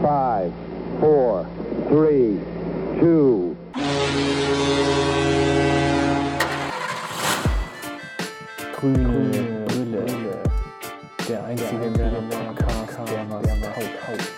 5, 4, 3, 2. Grüne Brille, der einzige Podcast, der was haut.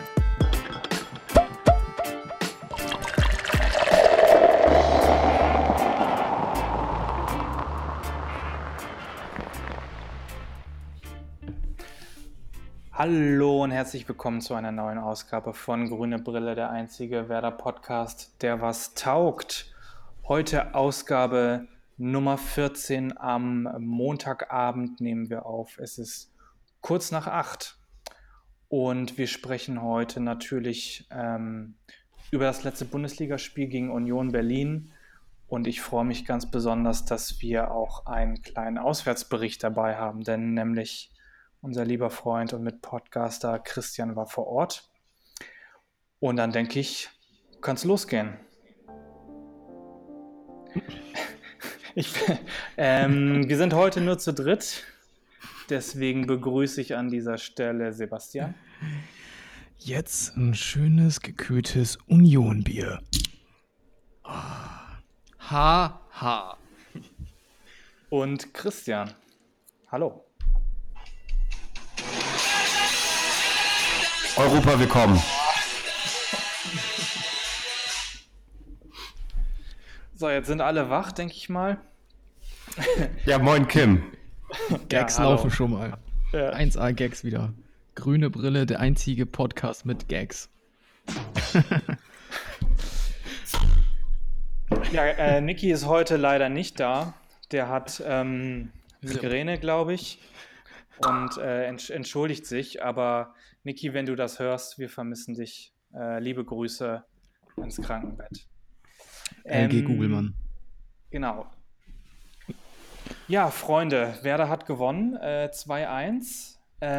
Hallo und herzlich willkommen zu einer neuen Ausgabe von Grüne Brille, der einzige Werder-Podcast, der was taugt. Heute Ausgabe Nummer 14 am Montagabend nehmen wir auf. Es ist kurz nach 8 und wir sprechen heute natürlich über das letzte Bundesligaspiel gegen Union Berlin. Und ich freue mich ganz besonders, dass wir auch einen kleinen Auswärtsbericht dabei haben, denn nämlich unser lieber Freund und Mitpodcaster Christian war vor Ort. Und dann denke ich, kann es losgehen. Wir sind heute nur zu dritt. Deswegen begrüße ich an dieser Stelle Sebastian. Jetzt ein schönes, gekühltes Union-Bier. Ha. Und Christian. Hallo. Europa, willkommen. So, jetzt sind alle wach, denke ich mal. Ja, moin Kim. Gags Ja, hallo. laufen schon mal. Ja. 1A Gags wieder. Grüne Brille, der einzige Podcast mit Gags. Ja, Niki ist heute leider nicht da. Der hat Migräne, glaube ich, und entschuldigt sich. Aber Niki, wenn du das hörst, wir vermissen dich. Liebe Grüße ins Krankenbett. LG Googlemann. Genau. Ja, Freunde, Werder hat gewonnen, 2-1.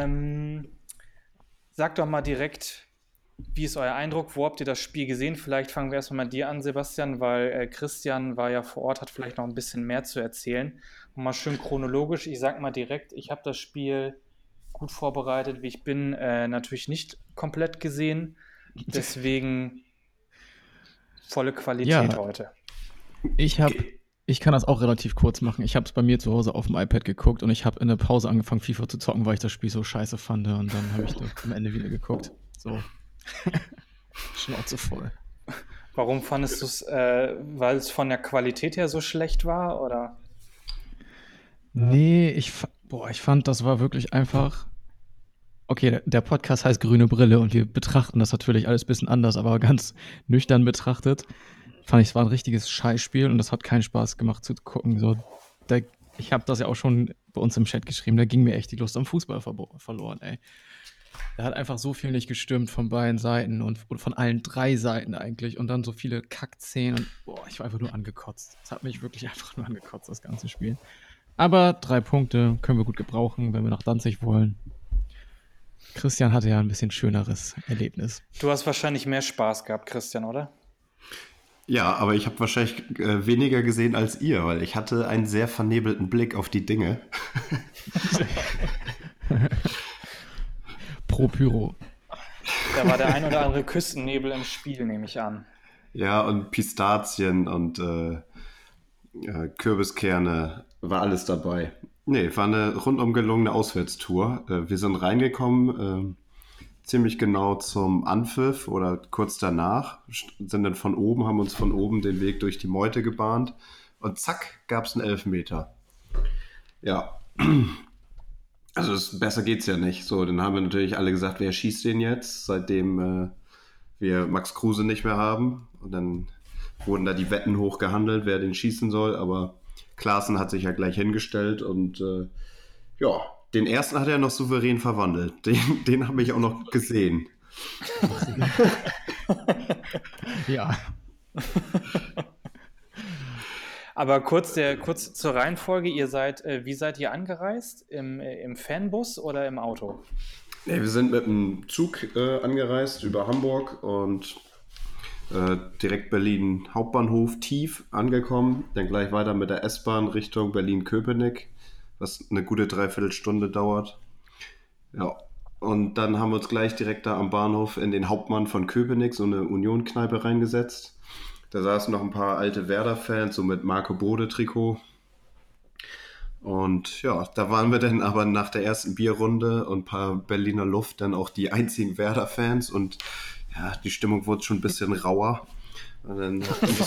Sagt doch mal direkt, wie ist euer Eindruck? Wo habt ihr das Spiel gesehen? Vielleicht fangen wir erstmal mit dir an, Sebastian, weil Christian war ja vor Ort, hat vielleicht noch ein bisschen mehr zu erzählen. Und mal schön chronologisch, ich sag mal direkt, ich habe das Spiel gut vorbereitet, wie ich bin, natürlich nicht komplett gesehen. Deswegen volle Qualität Ja. heute. Ich kann das auch relativ kurz machen. Ich habe es bei mir zu Hause auf dem iPad geguckt und ich habe in der Pause angefangen, FIFA zu zocken, weil ich das Spiel so scheiße fand. Und dann habe ich das am Ende wieder geguckt. So. Schnauze voll. Warum fandest du es, weil es von der Qualität her so schlecht war, oder? Nee, ich fand, das war wirklich einfach. Okay, der Podcast heißt Grüne Brille und wir betrachten das natürlich alles ein bisschen anders, aber ganz nüchtern betrachtet fand ich, es war ein richtiges Scheißspiel und das hat keinen Spaß gemacht zu gucken. So, ich habe das ja auch schon bei uns im Chat geschrieben, da ging mir echt die Lust am Fußball verloren, ey. Da hat einfach so viel nicht gestimmt von beiden Seiten und von allen drei Seiten eigentlich und dann so viele Kackszenen und ich war einfach nur angekotzt. Es hat mich wirklich einfach nur angekotzt, das ganze Spiel. Aber 3 Punkte können wir gut gebrauchen, wenn wir nach Danzig wollen. Christian hatte ja ein bisschen schöneres Erlebnis. Du hast wahrscheinlich mehr Spaß gehabt, Christian, oder? Ja, aber ich habe wahrscheinlich weniger gesehen als ihr, weil ich hatte einen sehr vernebelten Blick auf die Dinge. Pro Pyro. Da war der ein oder andere Küstennebel im Spiel, nehme ich an. Ja, und Pistazien und Kürbiskerne, war alles dabei. Nee, war eine rundum gelungene Auswärtstour. Wir sind reingekommen, ziemlich genau zum Anpfiff oder kurz danach, sind dann haben uns von oben den Weg durch die Meute gebahnt und zack, gab es einen Elfmeter. Ja, also besser geht's ja nicht. So, dann haben wir natürlich alle gesagt, wer schießt den jetzt, seitdem wir Max Kruse nicht mehr haben. Und dann wurden da die Wetten hochgehandelt, wer den schießen soll, aber Klaassen hat sich ja gleich hingestellt und den ersten hat er noch souverän verwandelt. Den habe ich auch noch gesehen. Ja. Aber kurz zur Reihenfolge, wie seid ihr angereist? Im Fanbus oder im Auto? Nee, wir sind mit dem Zug angereist über Hamburg und direkt Berlin Hauptbahnhof tief angekommen, dann gleich weiter mit der S-Bahn Richtung Berlin-Köpenick, was eine gute Dreiviertelstunde dauert. Ja, Und dann haben wir uns gleich direkt da am Bahnhof in den Hauptmann von Köpenick, so eine Union-Kneipe, reingesetzt. Da saßen noch ein paar alte Werder-Fans, so mit Marco Bode-Trikot. Und ja, da waren wir dann aber nach der ersten Bierrunde und ein paar Berliner Luft dann auch die einzigen Werder-Fans. Und ja, die Stimmung wurde schon ein bisschen rauer. Und dann,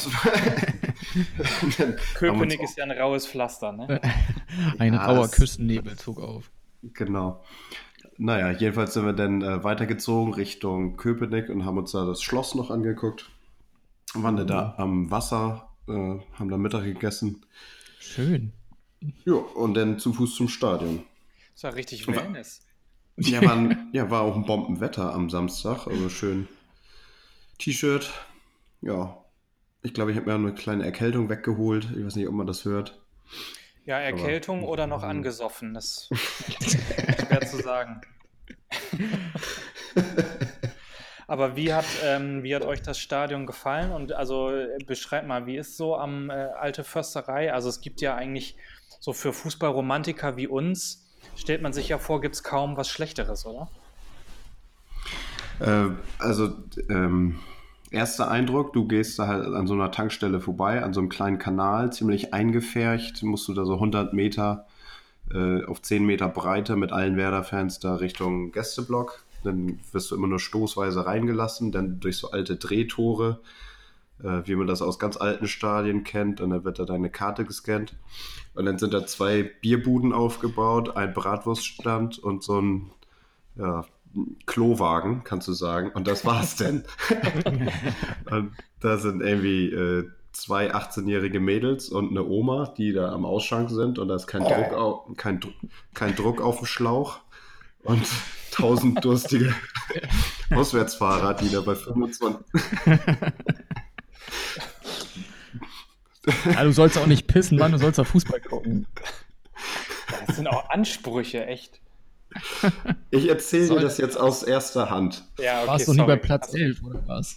Köpenick ist ja ein raues Pflaster, ne? Ein Ja, rauer es- Küstennebel zog auf. Genau. Naja, jedenfalls sind wir dann weitergezogen Richtung Köpenick und haben uns da das Schloss noch angeguckt. Waren dann da am Wasser, haben da Mittag gegessen. Schön. Ja, und dann zu Fuß zum Stadion. Das war richtig Wellness. War auch ein Bombenwetter am Samstag, also schön T-Shirt. Ja, ich glaube, ich habe mir eine kleine Erkältung weggeholt. Ich weiß nicht, ob man das hört. Ja, Erkältung oder noch angesoffen, das ist schwer zu sagen. Aber wie hat euch das Stadion gefallen? Und also beschreibt mal, wie ist so am Alte Försterei? Also es gibt ja eigentlich so für Fußballromantiker wie uns, stellt man sich ja vor, gibt es kaum was Schlechteres, oder? Erster Eindruck, du gehst da halt an so einer Tankstelle vorbei, an so einem kleinen Kanal, ziemlich eingefärcht, musst du da so 100 Meter auf 10 Meter Breite mit allen Werder-Fans da Richtung Gästeblock. Dann wirst du immer nur stoßweise reingelassen, dann durch so alte Drehtore, wie man das aus ganz alten Stadien kennt, und dann wird da deine Karte gescannt. Und dann sind da 2 Bierbuden aufgebaut, ein Bratwurststand und so ein Klowagen, kannst du sagen. Und das war's denn. Und da sind irgendwie 2 18-jährige Mädels und eine Oma, die da am Ausschank sind, und da ist kein Druck auf dem Schlauch. Und 1000 durstige Auswärtsfahrer, die da bei 25... Ja, du sollst auch nicht pissen, Mann, du sollst auch Fußball gucken. Das sind auch Ansprüche, echt. Ich erzähle dir das jetzt aus erster Hand. Ja, okay, Warst du nie bei sorry. Platz 11 oder was?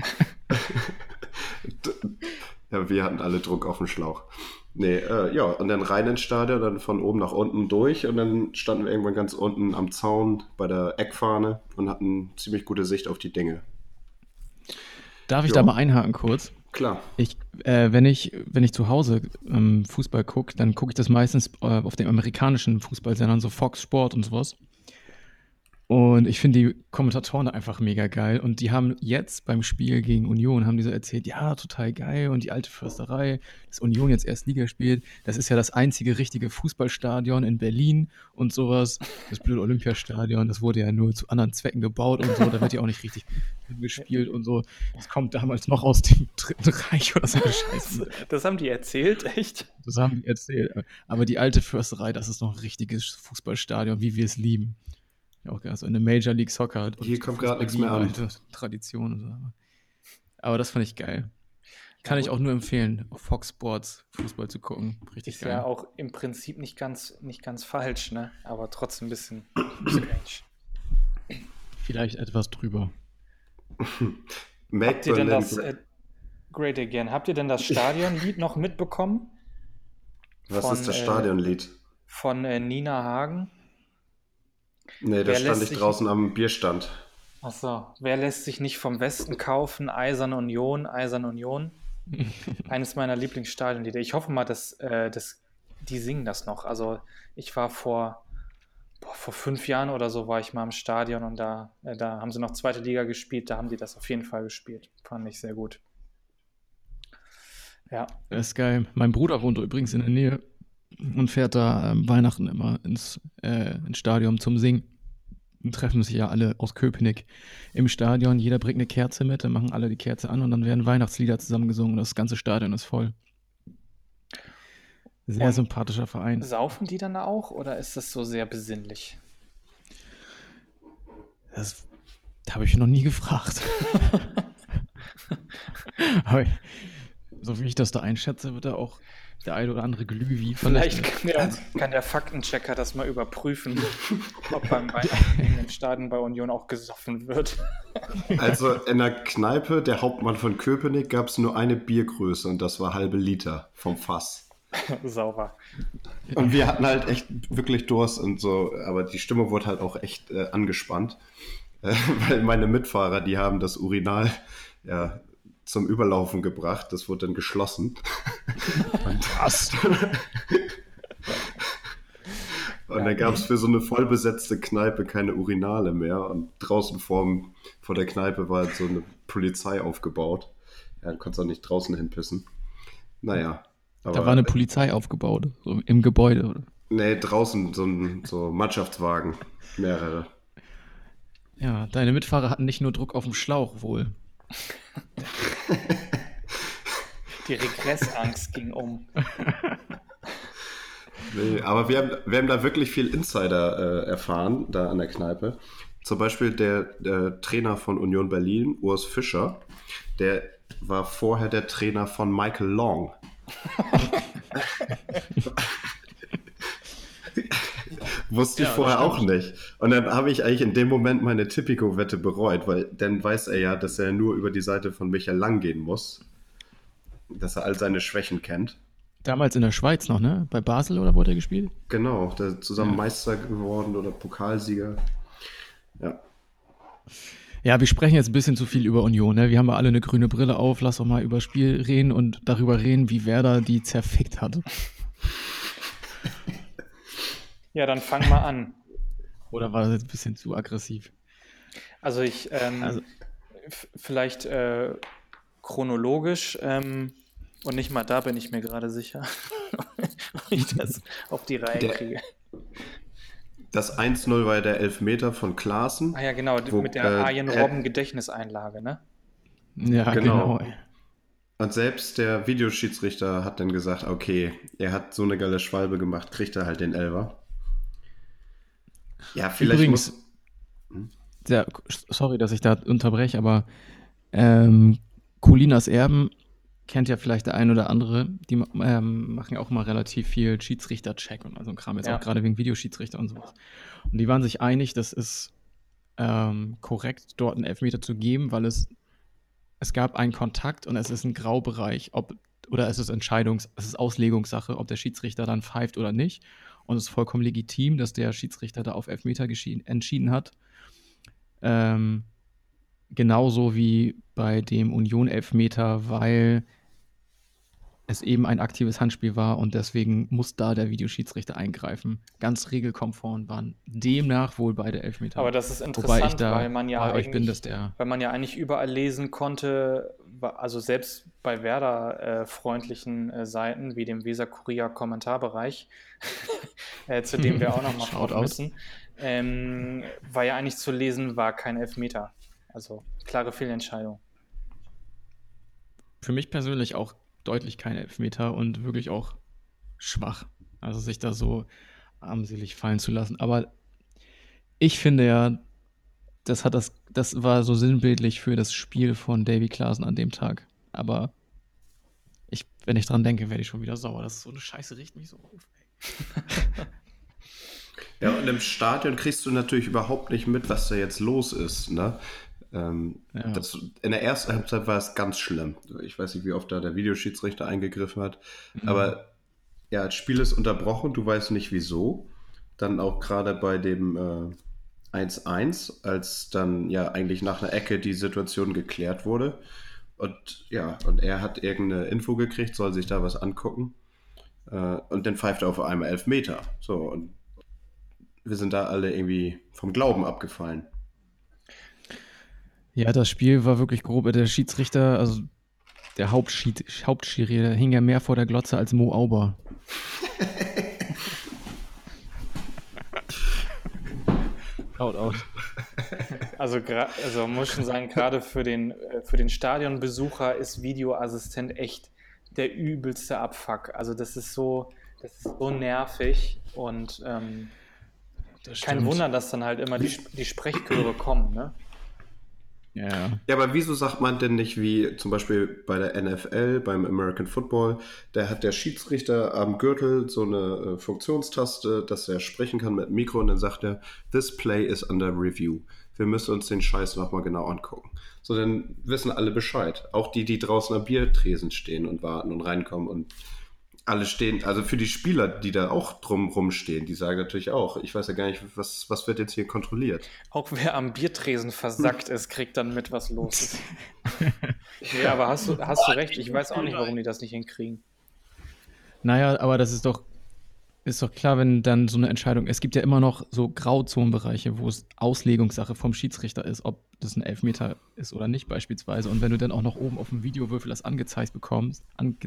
Ja, wir hatten alle Druck auf dem Schlauch. Nee, und dann rein ins Stadion, dann von oben nach unten durch, und dann standen wir irgendwann ganz unten am Zaun bei der Eckfahne und hatten ziemlich gute Sicht auf die Dinge. Darf ich Jo. da mal einhaken kurz? Klar. Wenn ich zu Hause Fußball gucke, dann gucke ich das meistens auf den amerikanischen Fußballsendern, so Fox Sport und sowas. Und ich finde die Kommentatoren da einfach mega geil. Und die haben jetzt beim Spiel gegen Union, haben die so erzählt, ja, total geil. Und die alte Försterei, dass Union jetzt erst Liga spielt, das ist ja das einzige richtige Fußballstadion in Berlin und sowas. Das blöde Olympiastadion, das wurde ja nur zu anderen Zwecken gebaut und so. Da wird ja auch nicht richtig gespielt und so. Das kommt damals noch aus dem Dritten Reich oder so eine Scheiße. Das haben die erzählt, echt? Das haben die erzählt. Aber die alte Försterei, das ist noch ein richtiges Fußballstadion, wie wir es lieben. Ja, auch also in der Major League Soccer. Und Hier kommt gerade nichts mehr an. alte Tradition und so. Aber das fand ich geil. Kann ich auch nur empfehlen, auf Fox Sports Fußball zu gucken. Richtig Ist geil. ja auch im Prinzip nicht ganz falsch, ne? Aber trotzdem ein bisschen strange. Vielleicht etwas drüber. Make Habt ihr denn Berlin das great. Great Again? Habt ihr denn das Stadionlied noch mitbekommen? Was von, ist das Stadionlied? Von Nina Hagen? Nee, da Wer stand lässt ich sich- draußen am Bierstand. Achso, wer lässt sich nicht vom Westen kaufen? Eiserne Union, Eiserne Union. Eines meiner Lieblingsstadionlieder. Ich hoffe mal, dass die singen das noch. Also ich war vor 5 Jahren oder so war ich mal im Stadion, und da haben sie noch zweite Liga gespielt, da haben die das auf jeden Fall gespielt. Fand ich sehr gut. Ja, Das ist geil. Mein Bruder wohnt übrigens in der Nähe und fährt da Weihnachten immer ins Stadion zum Singen. Dann treffen sich ja alle aus Köpenick im Stadion. Jeder bringt eine Kerze mit, dann machen alle die Kerze an und dann werden Weihnachtslieder zusammengesungen und das ganze Stadion ist voll. Sehr Und- sympathischer Verein. saufen die dann auch, oder ist das so sehr besinnlich? Das habe ich noch nie gefragt. Aber so wie ich das da einschätze, wird da auch der ein oder andere Glühwein Vielleicht kann der Faktenchecker das mal überprüfen, ob beim Weihnachten im Stadion bei Union auch gesoffen wird. Also in der Kneipe, der Hauptmann von Köpenick, gab es nur eine Biergröße, und das war halbe Liter vom Fass. Sauber. Und wir hatten halt echt wirklich Durst und so, aber die Stimmung wurde halt auch echt angespannt, weil meine Mitfahrer, die haben das Urinal ja zum Überlaufen gebracht, das wurde dann geschlossen. Was? Und dann gab es für so eine vollbesetzte Kneipe keine Urinale mehr und draußen vor der Kneipe war halt so eine Polizei aufgebaut. Ja, dann konntest du auch nicht draußen hinpissen. Naja. Aber, Da war eine Polizei aufgebaut, so im Gebäude, oder? nee, draußen so Mannschaftswagen, mehrere. Ja, deine Mitfahrer hatten nicht nur Druck auf dem Schlauch wohl. Die Regressangst ging um. Nee, aber wir haben da wirklich viel Insider erfahren, da an der Kneipe. Zum Beispiel der Trainer von Union Berlin, Urs Fischer, der war vorher der Trainer von Michael Long. Wusste ich Ja, vorher das auch stimmt. nicht. Und dann habe ich eigentlich in dem Moment meine Tipico-Wette bereut, weil dann weiß er ja, dass er nur über die Seite von Michael Lang gehen muss. Dass er all seine Schwächen kennt. Damals in der Schweiz noch, ne? Bei Basel oder wurde er gespielt? Genau, der ist zusammen Ja. Meister geworden oder Pokalsieger. Ja. Ja, wir sprechen jetzt ein bisschen zu viel über Union, ne? Wir haben ja alle eine grüne Brille auf. Lass doch mal über das Spiel reden und darüber reden, wie Werder die zerfickt hat. Ja, dann fang mal an. Oder war das jetzt ein bisschen zu aggressiv? Also Also- vielleicht chronologisch und nicht mal da bin ich mir gerade sicher, ob ich das auf die Reihe Der- kriege. Das 1-0 war ja der Elfmeter von Klaassen. Ah ja, genau, Wo, mit der Arjen Robben Gedächtniseinlage, ne? Ja, Genau. genau. Und selbst der Videoschiedsrichter hat dann gesagt, okay, er hat so eine geile Schwalbe gemacht, kriegt er halt den Elfer. Ja, vielleicht Übrigens, muss... sorry, dass ich da unterbreche, aber Colinas Erben kennt ja vielleicht der ein oder andere, die machen auch mal relativ viel Schiedsrichter-Check und so ein Kram, jetzt Ja. auch gerade wegen Videoschiedsrichter und sowas. Und die waren sich einig, dass es korrekt, dort einen Elfmeter zu geben, weil es gab einen Kontakt und es ist ein Graubereich, oder es ist Auslegungssache, ob der Schiedsrichter dann pfeift oder nicht. Und es ist vollkommen legitim, dass der Schiedsrichter da auf Elfmeter entschieden hat. Genauso wie bei dem Union-Elfmeter, weil es eben ein aktives Handspiel war und deswegen muss da der Videoschiedsrichter eingreifen. Ganz regelkonform waren demnach wohl beide Elfmeter. Aber das ist Wobei ich interessant, da weil man ja bei euch bin, eigentlich, dass der. weil man ja eigentlich überall lesen konnte, also selbst bei Werder-freundlichen Seiten wie dem Weser-Kurier-Kommentarbereich, zu dem wir auch noch mal drauf Shoutout. müssen, war ja eigentlich zu lesen, war kein Elfmeter. Also klare Fehlentscheidung. Für mich persönlich auch deutlich kein Elfmeter und wirklich auch schwach. Also sich da so armselig fallen zu lassen. Aber ich finde ja, das war so sinnbildlich für das Spiel von Davy Klaassen an dem Tag. Aber wenn ich dran denke, werde ich schon wieder sauer. Das ist so eine Scheiße, riecht mich so auf. Ey. Ja, und im Stadion kriegst du natürlich überhaupt nicht mit, was da jetzt los ist, ne? Ja. In der ersten Halbzeit war es ganz schlimm. Ich weiß nicht, wie oft da der Videoschiedsrichter eingegriffen hat. Aber ja, das Spiel ist unterbrochen, du weißt nicht wieso. Dann auch gerade bei dem 1-1, als dann ja eigentlich nach einer Ecke die Situation geklärt wurde. Und ja, und er hat irgendeine Info gekriegt, soll sich da was angucken. Und dann pfeift er auf einmal Elfmeter. So, und wir sind da alle irgendwie vom Glauben abgefallen. Ja, das Spiel war wirklich grob. Der Schiedsrichter, also der Hauptschiri, der hing ja mehr vor der Glotze als Mo Auber. Shoutout. Also muss schon sagen, gerade für den Stadionbesucher ist Videoassistent echt der übelste Abfuck. Also das ist so nervig und kein Wunder, dass dann halt immer die Sprechchöre kommen, ne? Ja. Ja, aber wieso sagt man denn nicht, wie zum Beispiel bei der NFL, beim American Football, da hat der Schiedsrichter am Gürtel so eine Funktionstaste, dass er sprechen kann mit dem Mikro und dann sagt er, this play is under review. Wir müssen uns den Scheiß nochmal genau angucken. So, dann wissen alle Bescheid. Auch die draußen am Biertresen stehen und warten und reinkommen und Alle stehen, also für die Spieler, die da auch drumrum stehen, die sagen natürlich auch, ich weiß ja gar nicht, was wird jetzt hier kontrolliert. Auch wer am Biertresen versackt ist, kriegt dann mit, was los ist. Ja, aber hast du recht, ich weiß auch nicht, warum die das nicht hinkriegen. Naja, aber das ist doch klar, wenn dann so eine Entscheidung, es gibt ja immer noch so Grauzonenbereiche, wo es Auslegungssache vom Schiedsrichter ist, ob das ein Elfmeter ist oder nicht beispielsweise. Und wenn du dann auch noch oben auf dem Videowürfel das angezeigt bekommst,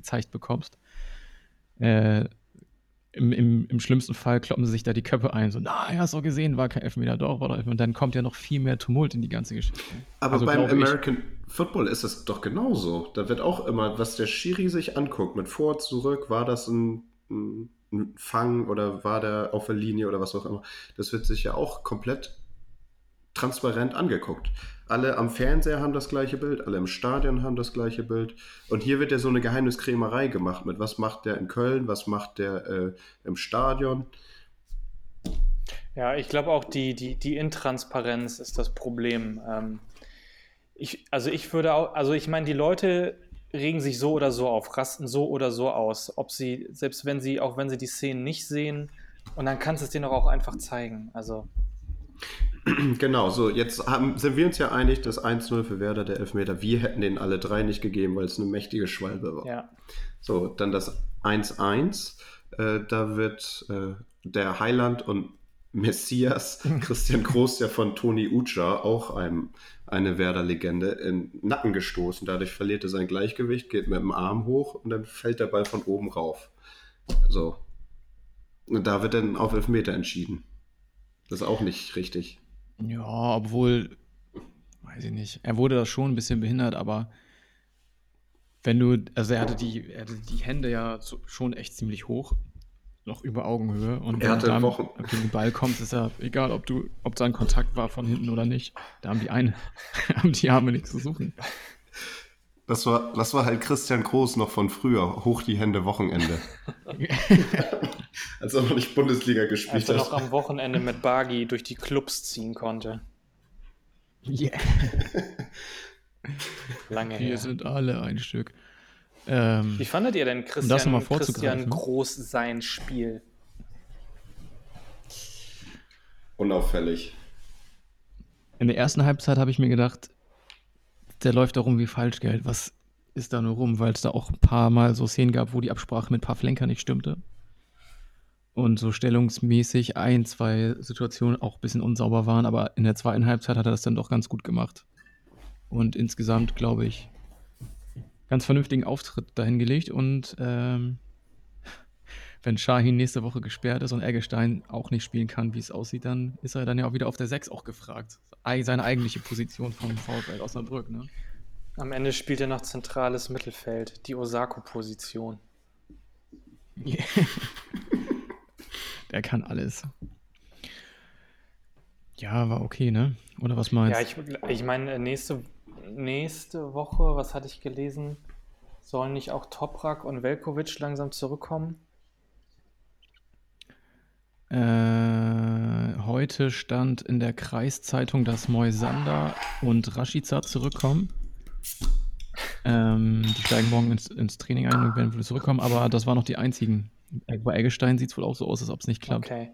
im schlimmsten Fall kloppen sie sich da die Köpfe ein, so, na, hast du gesehen, war kein Elfmeter, doch, war doch Elfmeter. Und dann kommt ja noch viel mehr Tumult in die ganze Geschichte. Aber Also, beim glaube ich- American Football ist es doch genauso. Da wird auch immer, was der Schiri sich anguckt, mit vor, zurück, war das ein Fang oder war der auf der Linie oder was auch immer. Das wird sich ja auch komplett transparent angeguckt. Alle am Fernseher haben das gleiche Bild, alle im Stadion haben das gleiche Bild. Und hier wird ja so eine Geheimniskrämerei gemacht mit, was macht der in Köln, was macht der im Stadion. Ja, ich glaube auch, die Intransparenz ist das Problem. Ich meine, die Leute regen sich so oder so auf, rasten so oder so aus, auch wenn sie die Szenen nicht sehen, und dann kannst du es denen doch auch einfach zeigen. Also, Genau, so jetzt sind wir uns ja einig, das 1-0 für Werder, der Elfmeter, wir hätten den alle drei nicht gegeben, weil es eine mächtige Schwalbe war. ja. So, dann das 1-1, da wird der Heiland und Messias Christian Groß ja von Toni Ucha, auch eine Werder-Legende, in den Nacken gestoßen. Dadurch verliert er sein Gleichgewicht, geht mit dem Arm hoch und dann fällt der Ball von oben rauf. So. Und da wird dann auf Elfmeter entschieden. Das ist auch nicht richtig. Ja, obwohl, weiß ich nicht. Er wurde da schon ein bisschen behindert, aber er hatte die Hände ja schon echt ziemlich hoch, noch über Augenhöhe. Und Er hatte wenn du Wochen. gegen den Ball kommst, ist ja egal, ob da ein Kontakt war von hinten oder nicht. Da haben die Arme nichts zu suchen. Das war halt Christian Groß noch von früher. Hoch die Hände, Wochenende. Als er noch nicht Bundesliga Als gespielt er noch hat. am Wochenende mit Bagi durch die Clubs ziehen konnte. Yeah. Lange Wir her. sind alle ein Stück. Wie fandet ihr denn Um das nochmal Christian vorzugreifen. Groß sein Spiel? Unauffällig. In der ersten Halbzeit habe ich mir gedacht, der läuft da rum wie Falschgeld. Was ist da nur rum? Weil es da auch ein paar Mal so Szenen gab, wo die Absprache mit Pavlenka nicht stimmte. Und so stellungsmäßig 2 Situationen auch ein bisschen unsauber waren. Aber in der zweiten Halbzeit hat er das dann doch ganz gut gemacht. Und insgesamt, glaube ich, ganz vernünftigen Auftritt dahin gelegt. Und wenn Şahin nächste Woche gesperrt ist und Eggestein auch nicht spielen kann, wie es aussieht, dann ist er dann ja auch wieder auf der 6 auch gefragt. Seine eigentliche Position vom VfL Osnabrück, ne? Am Ende spielt er noch zentrales Mittelfeld, die Osako-Position. Der kann alles. Ja, war okay, ne? Oder was meinst Ja, ich meine, nächste Woche, was hatte ich gelesen, sollen nicht auch Toprak und Veljković langsam zurückkommen? Heute stand in der Kreiszeitung, dass Moisander und Rashica zurückkommen. Die steigen morgen ins Training ein und werden wohl zurückkommen, aber das waren noch die einzigen. Bei Eggestein sieht es wohl auch so aus, als ob es nicht klappt. Okay.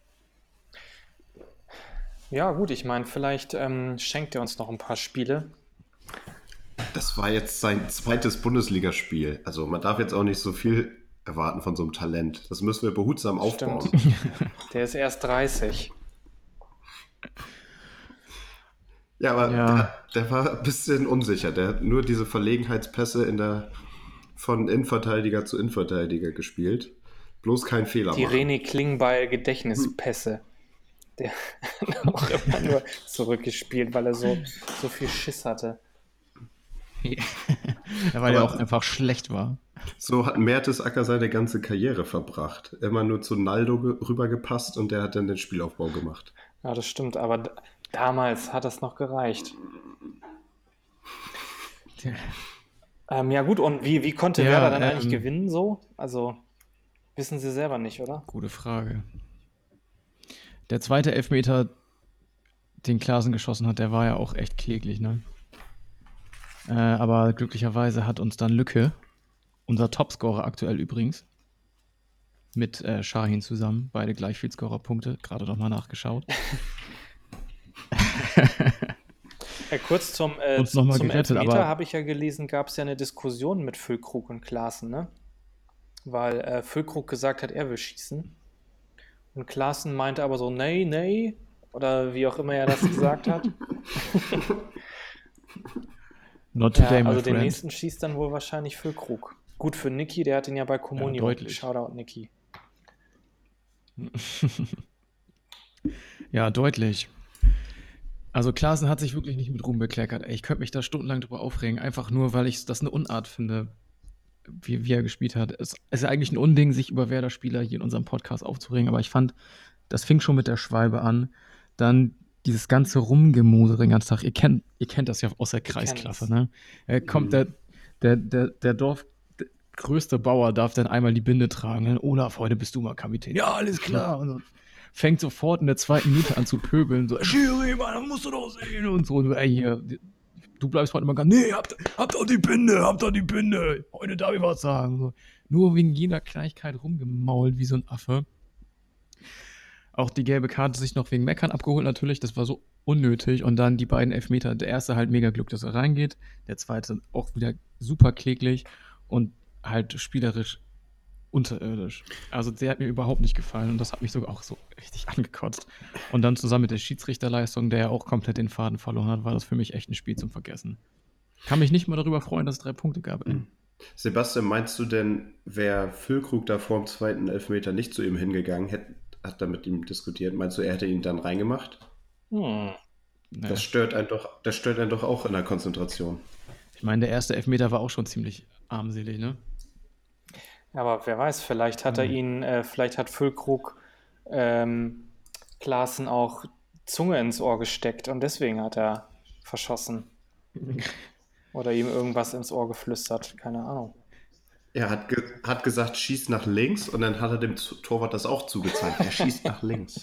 Ja, gut, ich meine, vielleicht schenkt er uns noch ein paar Spiele. Das war jetzt sein zweites Bundesligaspiel. Also man darf jetzt auch nicht so viel erwarten von so einem Talent. Das müssen wir behutsam aufbauen. Stimmt. Der ist erst 30. Ja, aber Ja. Der war ein bisschen unsicher. Der hat nur diese Verlegenheitspässe von Innenverteidiger zu Innenverteidiger gespielt. Bloß kein Fehler Die machen. René Klingbeil Gedächtnispässe. Der hat auch immer nur zurückgespielt, weil er so viel Schiss hatte. Ja, weil er Aber- auch einfach schlecht war. So hat Mertesacker seine ganze Karriere verbracht. Immer nur zu Naldo rübergepasst und der hat dann den Spielaufbau gemacht. Ja, das stimmt, aber damals hat das noch gereicht. Ja gut, und wie konnte Ja, Werder dann eigentlich ähm, gewinnen so? Also, wissen sie selber nicht, oder? Gute Frage. Der zweite Elfmeter, den Klaasen geschossen hat, der war ja auch echt kläglich, ne? Aber glücklicherweise hat uns dann Lücke, unser Topscorer aktuell übrigens, mit Şahin zusammen. Beide gleich viel Scorerpunkte. Gerade noch mal nachgeschaut. Kurz zum Uns noch mal gerettet, Elfmeter aber- habe ich ja gelesen, gab es ja eine Diskussion mit Füllkrug und Klaassen, ne? Weil Füllkrug gesagt hat, er will schießen. Und Klaassen meinte aber so, nee, oder wie auch immer er das gesagt hat. Not today, Ja, my also den friend. nächsten schießt dann wohl wahrscheinlich Füllkrug. Gut für Niki, der hat ihn ja bei Comunio. deutlich. Shoutout Niki. Ja, deutlich. Also Klaassen hat sich wirklich nicht mit Ruhm bekleckert. Ey, ich könnte mich da stundenlang drüber aufregen, einfach nur, weil ich das eine Unart finde, wie er gespielt hat. Es ist ja eigentlich ein Unding, sich über Werder-Spieler hier in unserem Podcast aufzuregen, aber ich fand, das fing schon mit der Schwalbe an. Dann dieses ganze Rumgemose den ganzen Tag. Ihr kennt das ja aus der Kreisklasse, ne? Kommt der größte Bauer darf dann einmal die Binde tragen. Olaf, heute bist du mal Kapitän. Ja, alles klar. Und so. Fängt sofort in der 2. Minute an zu pöbeln. So, Schiri, Mann, das musst du doch sehen. Und so, ey, hier, du bleibst heute immer ganz, nee, habt doch die Binde. Heute darf ich was sagen. So, nur wegen jeder Kleinigkeit rumgemault wie so ein Affe. Auch die gelbe Karte sich noch wegen Meckern abgeholt natürlich. Das war so unnötig. Und dann die beiden Elfmeter. Der erste halt mega Glück, dass er reingeht. Der zweite auch wieder super kläglich. Und halt spielerisch unterirdisch. Also der hat mir überhaupt nicht gefallen und das hat mich sogar auch so richtig angekotzt. Und dann zusammen mit der Schiedsrichterleistung, der ja auch komplett den Faden verloren hat, war das für mich echt ein Spiel zum Vergessen. Kann mich nicht mal darüber freuen, dass es 3 Punkte gab. Sebastian, meinst du denn, wäre Füllkrug da vor dem zweiten Elfmeter nicht zu ihm hingegangen, hat da mit ihm diskutiert, meinst du, er hätte ihn dann reingemacht? Hm. Das stört einen doch auch in der Konzentration. Ich meine, der erste Elfmeter war auch schon ziemlich armselig, ne? Aber wer weiß, vielleicht hat vielleicht hat Füllkrug Klaassen auch Zunge ins Ohr gesteckt und deswegen hat er verschossen. Oder ihm irgendwas ins Ohr geflüstert, keine Ahnung. Er hat gesagt, schieß nach links und dann hat er dem Torwart das auch zugezeigt. Er schießt nach links.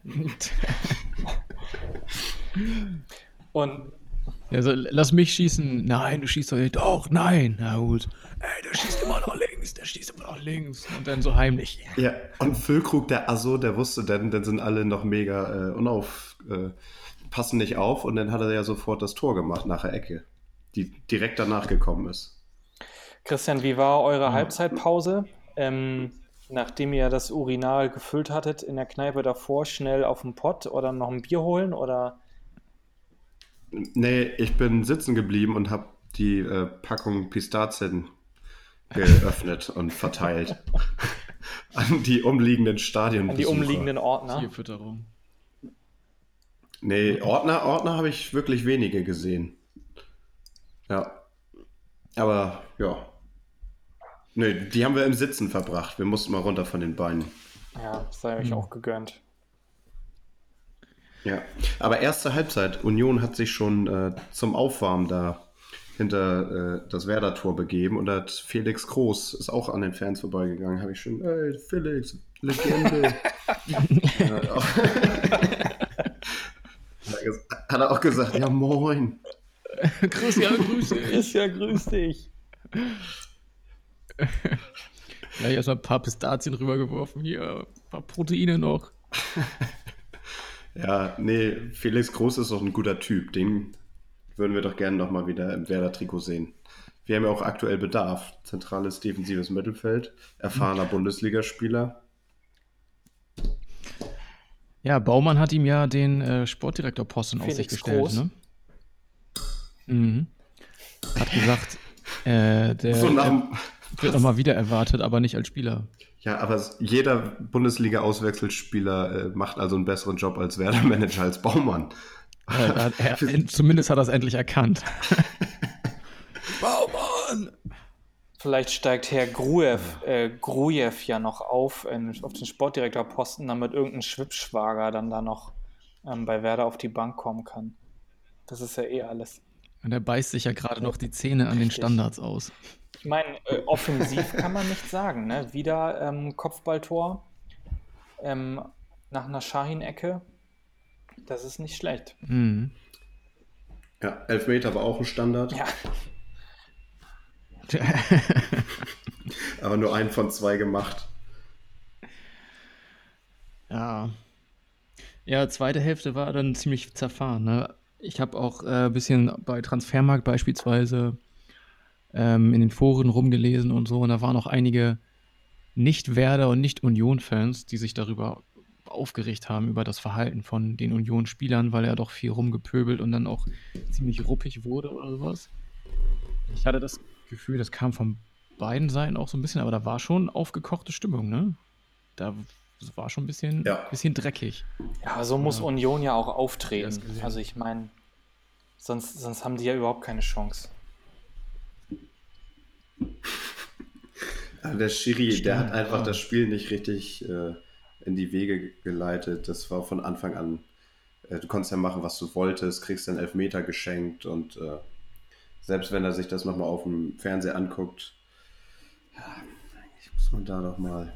Und Also, lass mich schießen. Nein, du schießt doch nicht. Doch, nein. Na gut. Ey, der schießt immer nach links. Und dann so heimlich. Ja, und Füllkrug, der Asso, der wusste dann sind alle noch mega passen nicht auf und dann hat er ja sofort das Tor gemacht nach der Ecke, die direkt danach gekommen ist. Christian, wie war eure Halbzeitpause? Nachdem ihr das Urinal gefüllt hattet, in der Kneipe davor schnell auf den Pott oder noch ein Bier holen? Oder? Nee, ich bin sitzen geblieben und habe die Packung Pistazien geöffnet und verteilt. An die umliegenden Stadien. An die umliegenden Ordner? Tierfütterung. Nee, Ordner habe ich wirklich wenige gesehen. Ja. Aber, ja. Nee, die haben wir im Sitzen verbracht. Wir mussten mal runter von den Beinen. Ja, das sei euch auch gegönnt. Ja, aber erste Halbzeit. Union hat sich schon zum Aufwärmen da hinter das Werder-Tor begeben und hat Felix Groß ist auch an den Fans vorbeigegangen. Habe ich schon, ey, Felix, Legende. Hat er auch gesagt, ja moin. Grüß dich. Ja, grüß dich. Gleich erstmal ein paar Pistazien rübergeworfen. Hier, ein paar Proteine noch. Ja, nee, Felix Groß ist doch ein guter Typ. Den würden wir doch gerne nochmal wieder im Werder-Trikot sehen. Wir haben ja auch aktuell Bedarf. Zentrales defensives Mittelfeld, erfahrener Bundesligaspieler. Ja, Baumann hat ihm ja den Sportdirektorposten auf sich Felix gestellt, Groß. ne? Mhm. Hat gesagt, der So nach, wird nochmal wieder erwartet, aber nicht als Spieler. ja, aber jeder Bundesliga-Auswechselspieler macht also einen besseren Job als Werder-Manager als Baumann. Zumindest hat er es endlich erkannt. Baumann! Vielleicht steigt Herr Grujew ja noch auf den Sportdirektorposten, damit irgendein Schwippschwager dann da noch bei Werder auf die Bank kommen kann. Das ist ja eh alles. Und er beißt sich ja gerade noch die Zähne an den Richtig. Standards aus. Ich meine, offensiv kann man nicht sagen, ne? Wieder Kopfballtor nach einer Şahin-Ecke. Das ist nicht schlecht. Mhm. Ja, Elfmeter war auch ein Standard, Ja, aber nur einen von 2 gemacht. Ja. Ja, zweite Hälfte war dann ziemlich zerfahren. Ne? Ich habe auch ein bisschen bei Transfermarkt beispielsweise in den Foren rumgelesen und so. Und da waren auch einige Nicht-Werder- und Nicht-Union-Fans, die sich darüber aufgeregt haben, über das Verhalten von den Union-Spielern, weil er doch viel rumgepöbelt und dann auch ziemlich ruppig wurde oder sowas. Ich hatte das Gefühl, das kam von beiden Seiten auch so ein bisschen, aber da war schon aufgekochte Stimmung, ne? Da war schon ein Ja. bisschen dreckig. Ja, so muss Ja. Union ja auch Ja, auftreten. hast gesehen. Also ich meine, sonst haben die ja überhaupt keine Chance. Aber der Schiri, der hat Stimmt, einfach ja. das Spiel nicht richtig in die Wege geleitet. Das war von Anfang an, du konntest ja machen, was du wolltest, kriegst den Elfmeter geschenkt und selbst wenn er sich das nochmal auf dem Fernseher anguckt, ja, eigentlich muss man da doch mal.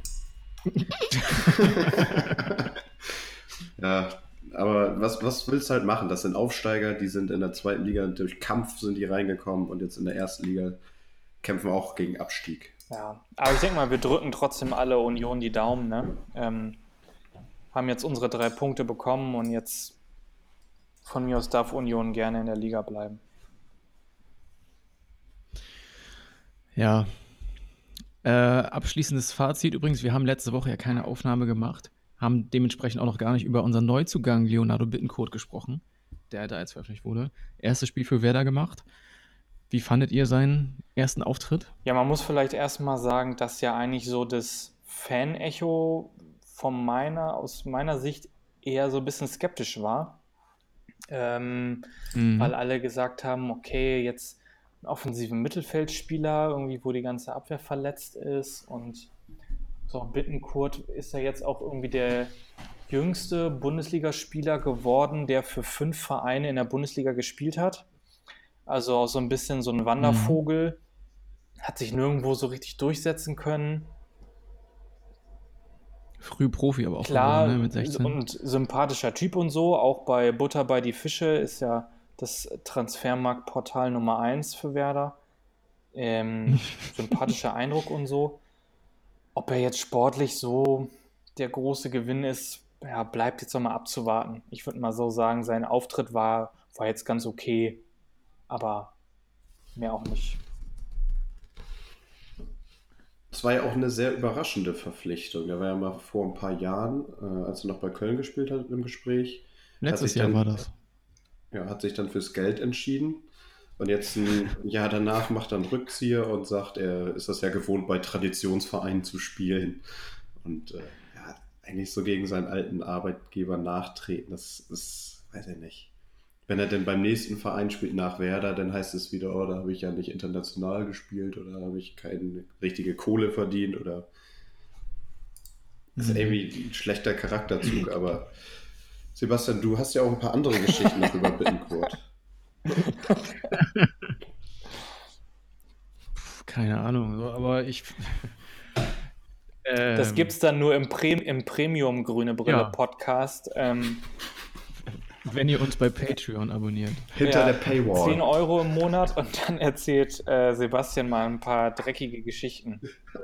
Ja, aber was willst du halt machen? Das sind Aufsteiger, die sind in der zweiten Liga durch Kampf sind die reingekommen und jetzt in der ersten Liga kämpfen auch gegen Abstieg. Ja, aber ich denke mal, wir drücken trotzdem alle Union die Daumen, ne? Haben jetzt unsere 3 Punkte bekommen und jetzt von mir aus darf Union gerne in der Liga bleiben. Ja. Abschließendes Fazit übrigens, wir haben letzte Woche ja keine Aufnahme gemacht, haben dementsprechend auch noch gar nicht über unseren Neuzugang Leonardo Bittencourt gesprochen, der da jetzt veröffentlicht wurde. Erstes Spiel für Werder gemacht. Wie fandet ihr seinen ersten Auftritt? Ja, man muss vielleicht erstmal sagen, dass ja eigentlich so das Fan-Echo aus meiner Sicht eher so ein bisschen skeptisch war. Weil alle gesagt haben, okay, jetzt einen offensiven Mittelfeldspieler, irgendwie, wo die ganze Abwehr verletzt ist und so Bittencourt ist ja jetzt auch irgendwie der jüngste Bundesligaspieler geworden, der für 5 Vereine in der Bundesliga gespielt hat. Also auch so ein bisschen so ein Wandervogel, hat sich nirgendwo so richtig durchsetzen können. Früh Profi aber auch Klar, geworden, ne, mit 16. und sympathischer Typ und so, auch bei Butter bei die Fische ist ja das Transfermarktportal Nummer 1 für Werder. Sympathischer Eindruck und so. Ob er jetzt sportlich so der große Gewinn ist, ja, bleibt jetzt nochmal abzuwarten. Ich würde mal so sagen, sein Auftritt war jetzt ganz okay, aber mehr auch nicht. Es war ja auch eine sehr überraschende Verpflichtung. Der war ja mal vor ein paar Jahren, als er noch bei Köln gespielt hat, im Gespräch. Letztes Jahr war das. Ja, hat sich dann fürs Geld entschieden. Und jetzt ein Jahr danach macht er einen Rückzieher und sagt, er ist das ja gewohnt, bei Traditionsvereinen zu spielen. Und ja, eigentlich so gegen seinen alten Arbeitgeber nachtreten, das ist, weiß ich nicht. Wenn er denn beim nächsten Verein spielt nach Werder, dann heißt es wieder, oh, da habe ich ja nicht international gespielt oder habe ich keine richtige Kohle verdient oder das ist irgendwie ein schlechter Charakterzug, aber Sebastian, du hast ja auch ein paar andere Geschichten noch über Bittencourt. Keine Ahnung, so, aber ich. Das gibt's dann nur im Premium Grüne Brille Ja. Podcast. Wenn ihr uns bei Patreon abonniert. Hinter der 10 Paywall. Euro im Monat und dann erzählt Sebastian mal ein paar dreckige Geschichten.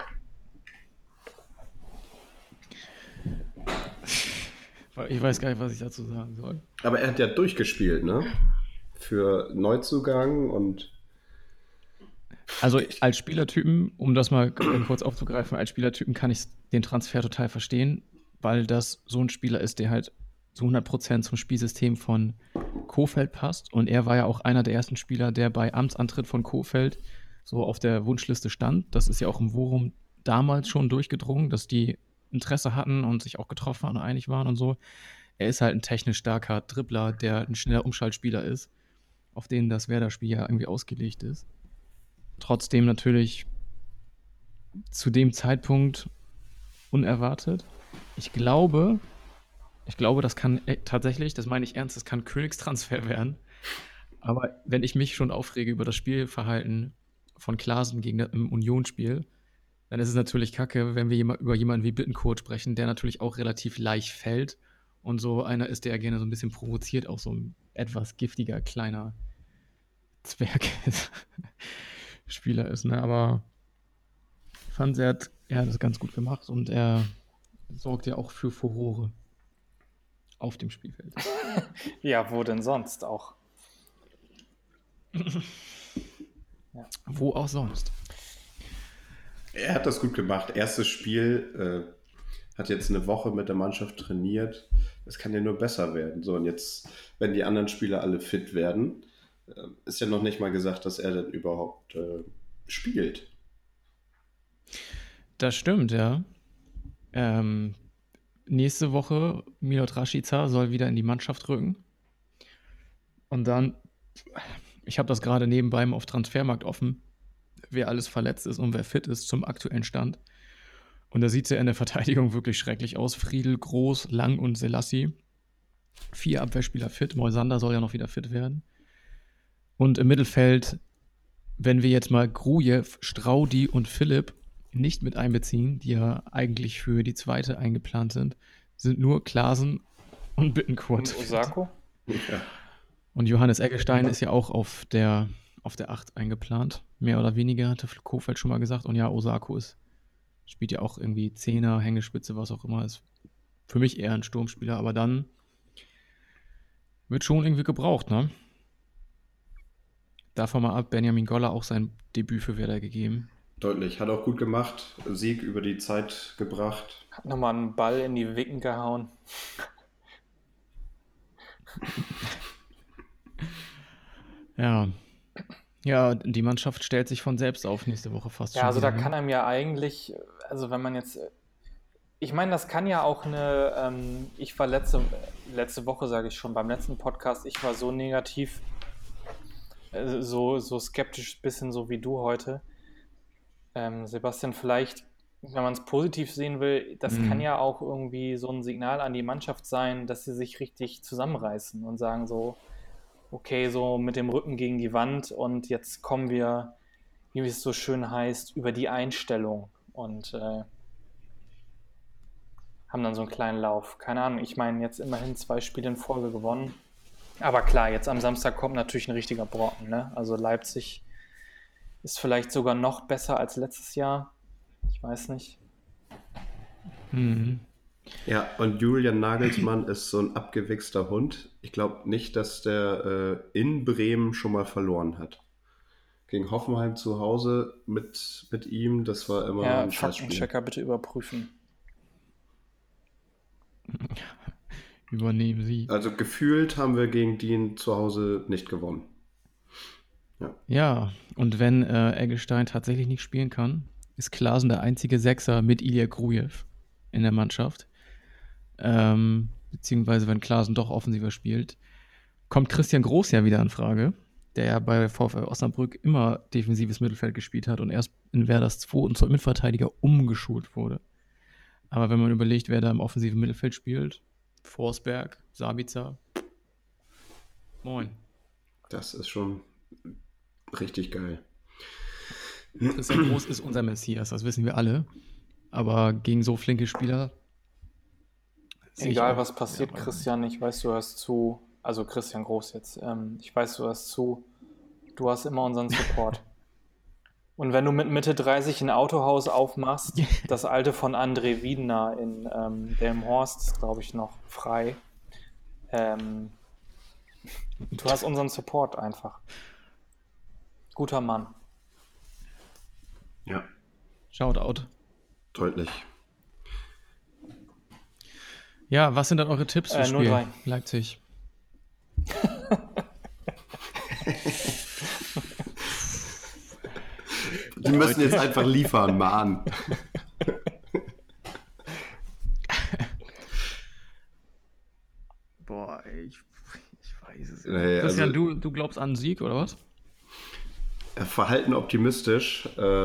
Ich weiß gar nicht, was ich dazu sagen soll. Aber er hat ja durchgespielt, ne? Für Neuzugang und Also als Spielertypen, um das mal kurz aufzugreifen, als Spielertypen kann ich den Transfer total verstehen, weil das so ein Spieler ist, der halt zu 100% zum Spielsystem von Kohfeldt passt. Und er war ja auch einer der ersten Spieler, der bei Amtsantritt von Kohfeldt so auf der Wunschliste stand. Das ist ja auch im Forum damals schon durchgedrungen, dass die Interesse hatten und sich auch getroffen und einig waren und so. Er ist halt ein technisch starker Dribbler, der ein schneller Umschaltspieler ist, auf den das Werder-Spiel ja irgendwie ausgelegt ist. Trotzdem natürlich zu dem Zeitpunkt unerwartet. Ich glaube, das kann tatsächlich, das meine ich ernst, das kann Königstransfer werden. Aber wenn ich mich schon aufrege über das Spielverhalten von Klaassen im Unionsspiel, dann ist es natürlich kacke, wenn wir über jemanden wie Bittencourt sprechen, der natürlich auch relativ leicht fällt und so einer ist, der gerne so ein bisschen provoziert, auch so ein etwas giftiger, kleiner Zwerg-Spieler ist, ne? Aber ich fand, er hat das ganz gut gemacht und er sorgt ja auch für Furore auf dem Spielfeld. Ja, wo denn sonst auch? Wo auch sonst. Er hat das gut gemacht. Erstes Spiel, hat jetzt eine Woche mit der Mannschaft trainiert. Es kann ja nur besser werden. So, und jetzt, wenn die anderen Spieler alle fit werden, ist ja noch nicht mal gesagt, dass er dann überhaupt spielt. Das stimmt, ja. Nächste Woche, Milot Rashica soll wieder in die Mannschaft rücken. Und dann, ich habe das gerade nebenbei mal auf Transfermarkt offen, wer alles verletzt ist und wer fit ist zum aktuellen Stand. Und da sieht es ja in der Verteidigung wirklich schrecklich aus. Friedel, Groß, Lang und Selassie. 4 Abwehrspieler fit. Moisander soll ja noch wieder fit werden. Und im Mittelfeld, wenn wir jetzt mal Grujew, Straudi und Philipp nicht mit einbeziehen, die ja eigentlich für die zweite eingeplant sind nur Klaasen und Bittencourt. Und Osako? Ja. Und Johannes Eggestein ist ja auch auf der 8 eingeplant. Mehr oder weniger, hatte Kofeld schon mal gesagt. Und ja, Osako spielt ja auch irgendwie Zehner, Hängespitze, was auch immer. Ist für mich eher ein Sturmspieler, aber dann wird schon irgendwie gebraucht, ne? Davon mal ab, Benjamin Goller auch sein Debüt für Werder gegeben. Deutlich. Hat auch gut gemacht. Sieg über die Zeit gebracht. Hat nochmal einen Ball in die Wicken gehauen. Ja, die Mannschaft stellt sich von selbst auf nächste Woche fast Ja, schon also wieder, da kann einem ja eigentlich, also wenn man jetzt, ich meine, das kann ja auch ich war letzte Woche, sage ich schon, beim letzten Podcast, ich war so negativ, so skeptisch, bisschen so wie du heute. Sebastian, vielleicht, wenn man es positiv sehen will, das kann ja auch irgendwie so ein Signal an die Mannschaft sein, dass sie sich richtig zusammenreißen und sagen so, okay, so mit dem Rücken gegen die Wand und jetzt kommen wir, wie es so schön heißt, über die Einstellung und haben dann so einen kleinen Lauf. Keine Ahnung, ich meine, jetzt immerhin 2 Spiele in Folge gewonnen. Aber klar, jetzt am Samstag kommt natürlich ein richtiger Brocken, ne? Also Leipzig ist vielleicht sogar noch besser als letztes Jahr. Ich weiß nicht. Ja, und Julian Nagelsmann ist so ein abgewichster Hund. Ich glaube nicht, dass der in Bremen schon mal verloren hat. Gegen Hoffenheim zu Hause mit ihm, das war immer Ja, ein Scheißspiel. Faktenchecker bitte überprüfen. Übernehmen Sie. Also gefühlt haben wir gegen die zu Hause nicht gewonnen. Ja, und wenn Eggestein tatsächlich nicht spielen kann, ist Klaasen der einzige Sechser mit Ilya Grujew in der Mannschaft. Beziehungsweise wenn Klaasen doch offensiver spielt, kommt Christian Groß ja wieder in Frage, der ja bei VfL Osnabrück immer defensives Mittelfeld gespielt hat und erst in Werders 2. und zum Mitverteidiger umgeschult wurde. Aber wenn man überlegt, wer da im offensiven Mittelfeld spielt, Forsberg, Sabitzer, moin. Das ist schon richtig geil. Christian Groß ist unser Messias, das wissen wir alle. Aber gegen so flinke Spieler Egal was passiert, Christian, ich weiß, du hörst zu. Also Christian Groß jetzt. Ich weiß, du hörst zu. Du hast immer unseren Support. Und wenn du mit Mitte 30 ein Autohaus aufmachst, das alte von André Wiedner in Delmenhorst ist, glaube ich, noch frei. Du hast unseren Support einfach. Guter Mann. Ja, Shoutout. deutlich. Ja, was sind dann eure Tipps fürs Spiel? 0-3. Leipzig. Die müssen jetzt einfach liefern, Mann. Boah, ey, ich weiß es nicht. Nee, Christian, also- du glaubst an einen Sieg, oder was? Verhalten optimistisch.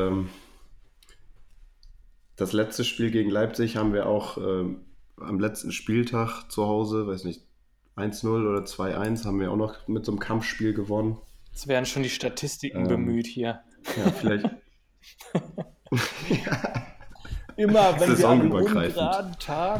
Das letzte Spiel gegen Leipzig haben wir auch am letzten Spieltag zu Hause, weiß nicht, 1-0 oder 2-1 haben wir auch noch mit so einem Kampfspiel gewonnen. Jetzt werden schon die Statistiken bemüht hier. Ja, vielleicht. Immer, wenn wir an einem Saisonübergreifend. ungeraden Tag...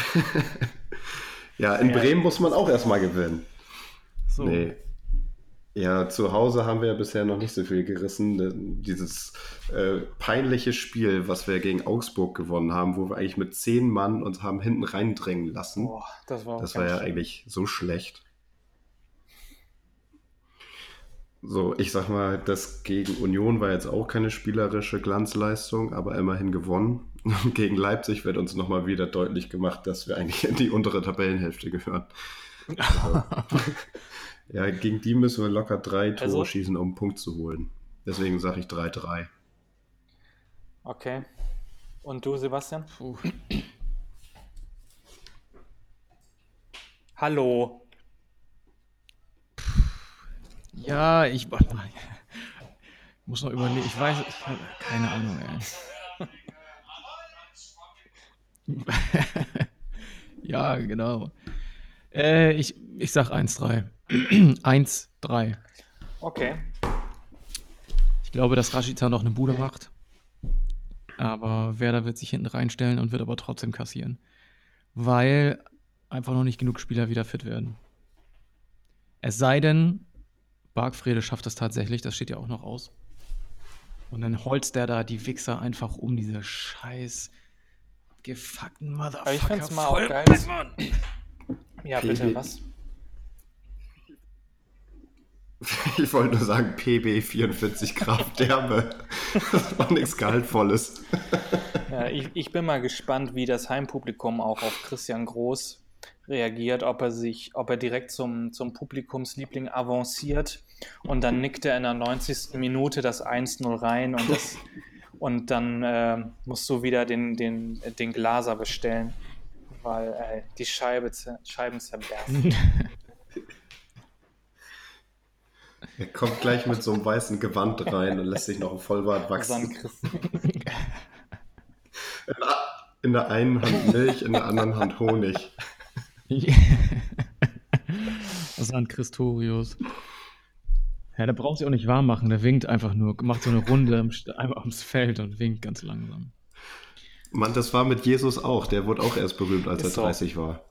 Ja, in Bremen muss man auch erstmal gewinnen. So. Nee. Ja, zu Hause haben wir ja bisher noch nicht so viel gerissen. Dieses peinliche Spiel, was wir gegen Augsburg gewonnen haben, wo wir eigentlich mit 10 Mann uns haben hinten reindrängen lassen. Boah, das war auch Das war ganz ja schlimm. eigentlich so schlecht. So, ich sag mal, das gegen Union war jetzt auch keine spielerische Glanzleistung, aber immerhin gewonnen. Und gegen Leipzig wird uns nochmal wieder deutlich gemacht, dass wir eigentlich in die untere Tabellenhälfte gehören. Also, ja, gegen die müssen wir locker 3 Tore Also- schießen, um einen Punkt zu holen. Deswegen sage ich 3-3. Okay. Und du, Sebastian? Puh. Hallo. Ja, ich muss noch überlegen. Ich weiß, ich habe keine Ahnung, ey. Ja, genau. Ich sag 1-3. 1-3. Okay. Ich glaube, dass Rashica noch eine Bude macht. Aber Werder wird sich hinten reinstellen und wird aber trotzdem kassieren. Weil einfach noch nicht genug Spieler wieder fit werden. Es sei denn, Bargfrede schafft das tatsächlich, das steht ja auch noch aus. Und dann holzt der da die Wichser einfach um diese scheiß gefuckten Motherfucker. Aber ich find's mal voll. auch geil. Ja, bitte, PB. was? Ich wollte nur sagen, PB 44 Grad Derbe. Das war nichts Gehaltvolles. Ja, ich bin mal gespannt, wie das Heimpublikum auch auf Christian Groß reagiert, ob er direkt zum Publikumsliebling avanciert und dann nickt er in der 90. Minute das 1-0 rein und dann musst du wieder den Glaser bestellen, weil die Scheiben zerbersten. Er kommt gleich mit so einem weißen Gewand rein und lässt sich noch ein Vollbart wachsen. In der einen Hand Milch, in der anderen Hand Honig. Das ist ein Christorius. Ja, der braucht sich auch nicht warm machen, der winkt einfach nur, macht so eine Runde einmal ums Feld und winkt ganz langsam. Mann, das war mit Jesus auch. Der wurde auch erst berühmt, als er Ist so. 30 war.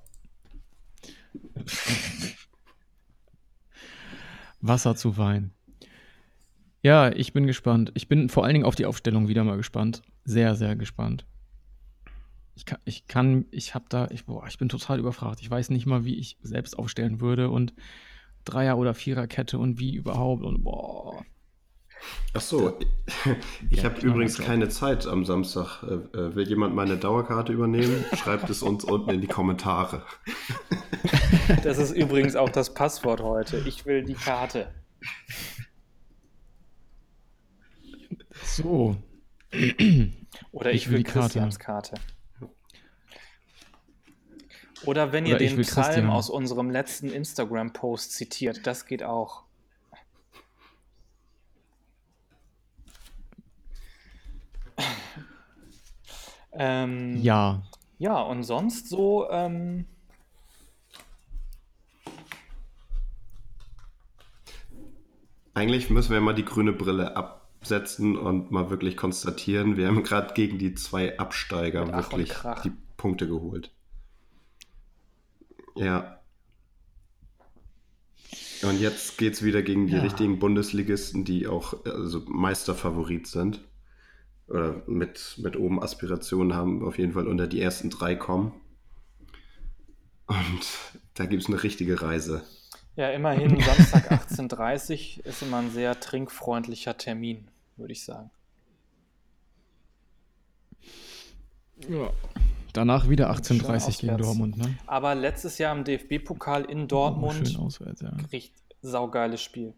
Wasser zu Wein. Ja, ich bin gespannt. Ich bin vor allen Dingen auf die Aufstellung wieder mal gespannt. Sehr, sehr gespannt. Ich bin total überfragt. Ich weiß nicht mal, wie ich selbst aufstellen würde und Dreier- oder Viererkette und wie überhaupt und boah. Ach so, ich Ja, habe klar, übrigens klar. keine Zeit am Samstag. Will jemand meine Dauerkarte übernehmen? Schreibt es uns unten in die Kommentare. Das ist übrigens auch das Passwort heute. Ich will die Karte. So. Oder Ich ich will will die Karte. Christians Karte. Oder wenn ihr Oder ich den will Psalm Christian. aus unserem letzten Instagram-Post zitiert, das geht auch. Ja. Ja, und sonst so, Eigentlich müssen wir mal die grüne Brille absetzen und mal wirklich konstatieren, wir haben gerade gegen die 2 Absteiger Mit Ach und wirklich Krach. die Punkte geholt. Ja. Und jetzt geht es wieder gegen die Ja. richtigen Bundesligisten, die auch Meisterfavorit sind. Oder mit oben Aspirationen haben, auf jeden Fall unter die ersten 3 kommen. Und da gibt es eine richtige Reise. ja, immerhin Samstag 18:30 Uhr ist immer ein sehr trinkfreundlicher Termin, würde ich sagen. Ja. Danach wieder 18:30 Schön gegen auswärts. Dortmund, ne? Aber letztes Jahr im DFB-Pokal in Oh, Dortmund, schön auswärts, ja. richtig saugeiles Spiel.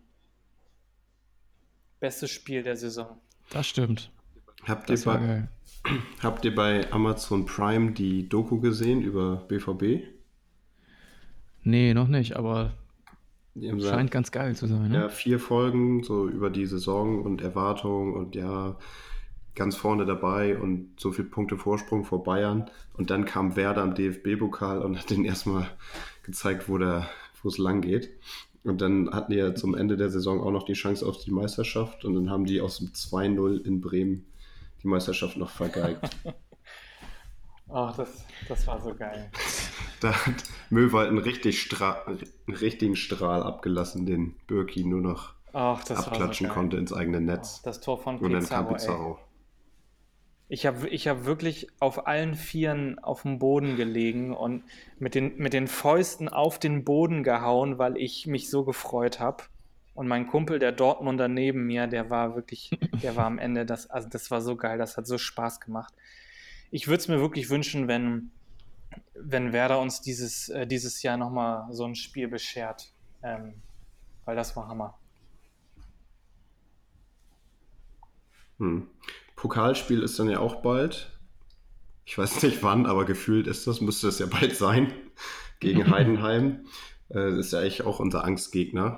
Bestes Spiel der Saison. Das stimmt. Habt ihr, Das war bei, geil. habt ihr bei Amazon Prime die Doku gesehen über BVB? Nee, noch nicht, aber Die haben scheint ganz geil zu sein, ne? ja, 4 Folgen so über die Saison und Erwartungen und ja, ganz vorne dabei und so viele Punkte Vorsprung vor Bayern. Und dann kam Werder am DFB-Pokal und hat denen erstmal gezeigt, wo es lang geht. Und dann hatten die ja zum Ende der Saison auch noch die Chance auf die Meisterschaft und dann haben die aus dem 2-0 in Bremen die Meisterschaft noch vergeigt. Ach, das war so geil. Da hat Möwald einen richtigen Strahl abgelassen, den Birki nur noch Ach, das war so abklatschen geil. konnte ins eigene Netz. Das Tor von Und dann kam Pizarro, ey. Pizarro. Ich hab wirklich auf allen Vieren auf dem Boden gelegen und mit den Fäusten auf den Boden gehauen, weil ich mich so gefreut habe. Und mein Kumpel, der Dortmunder neben mir, der war am Ende, das war so geil, das hat so Spaß gemacht. Ich würde es mir wirklich wünschen, wenn Werder uns dieses Jahr nochmal so ein Spiel beschert. Weil das war Hammer. Pokalspiel ist dann ja auch bald. Ich weiß nicht wann, aber gefühlt müsste es ja bald sein. Gegen Heidenheim. Das ist ja eigentlich auch unser Angstgegner.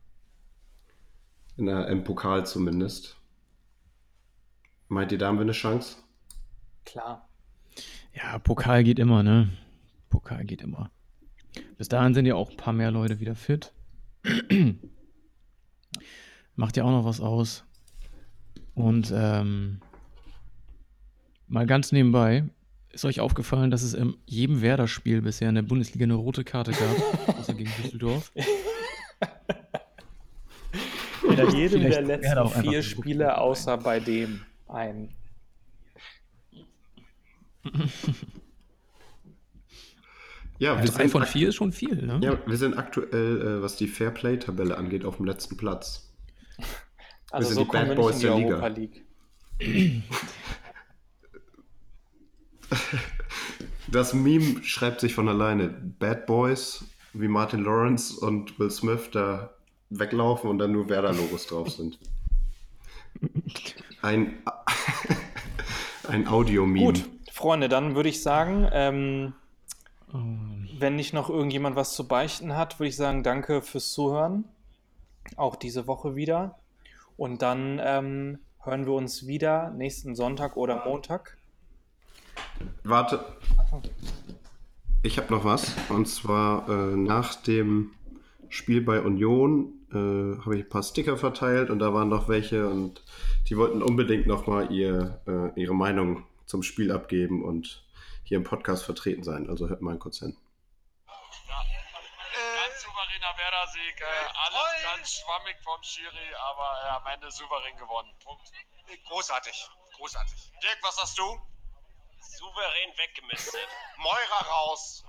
Im Pokal zumindest. Meint ihr, da haben wir eine Chance? Klar. Ja, Pokal geht immer, ne? Pokal geht immer. Bis dahin sind ja auch ein paar mehr Leute wieder fit. Macht ja auch noch was aus. Und mal ganz nebenbei, ist euch aufgefallen, dass es in jedem Werder-Spiel bisher in der Bundesliga eine rote Karte gab, außer gegen Düsseldorf? In jedem Vielleicht der wäre da auch letzten einfach 4 ein Spiele, Druck außer bei dem einen. Ja, wir 3 sind, von 4 ist schon viel, ne? ja, wir sind aktuell, was die Fairplay-Tabelle angeht, auf dem letzten Platz. Also sind so die kommen wir Bad nicht in Boys die der Liga. Europa League. Das Meme schreibt sich von alleine. Bad Boys, wie Martin Lawrence und Will Smith da weglaufen und dann nur Werder-Logos drauf sind. Ein Audio-Meme. Gut, Freunde, dann würde ich sagen, wenn nicht noch irgendjemand was zu beichten hat, würde ich sagen, danke fürs Zuhören. Auch diese Woche wieder. Und dann hören wir uns wieder nächsten Sonntag oder Montag. Warte. Ich habe noch was. Und zwar nach dem Spiel bei Union habe ich ein paar Sticker verteilt und da waren noch welche und die wollten unbedingt nochmal ihre Meinung zum Spiel abgeben und hier im Podcast vertreten sein. Also hört mal kurz hin. Ganz souveräner Werder-Sieg. Alles ganz schwammig vom Schiri, aber am Ende souverän gewonnen. Punkt. Großartig, großartig. Dirk, was hast du? Souverän weggemistet. Meurer raus.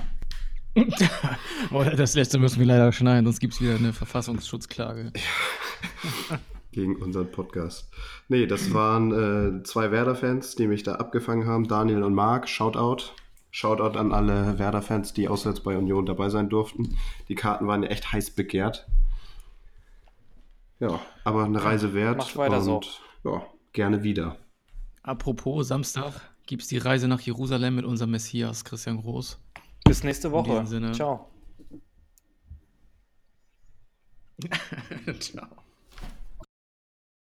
Oh, das letzte müssen wir leider schneiden, sonst gibt es wieder eine Verfassungsschutzklage. Gegen unseren Podcast. Nee, das waren 2 Werder-Fans, die mich da abgefangen haben. Daniel und Marc, Shoutout. Shoutout an alle Werder-Fans, die auswärts bei Union dabei sein durften. Die Karten waren ja echt heiß begehrt. Ja, aber eine Reise wert. Macht weiter so. Ja, gerne wieder. Apropos, Samstag gibt es die Reise nach Jerusalem mit unserem Messias, Christian Groß. Bis nächste In Woche. diesem Sinne. Ciao. Ciao.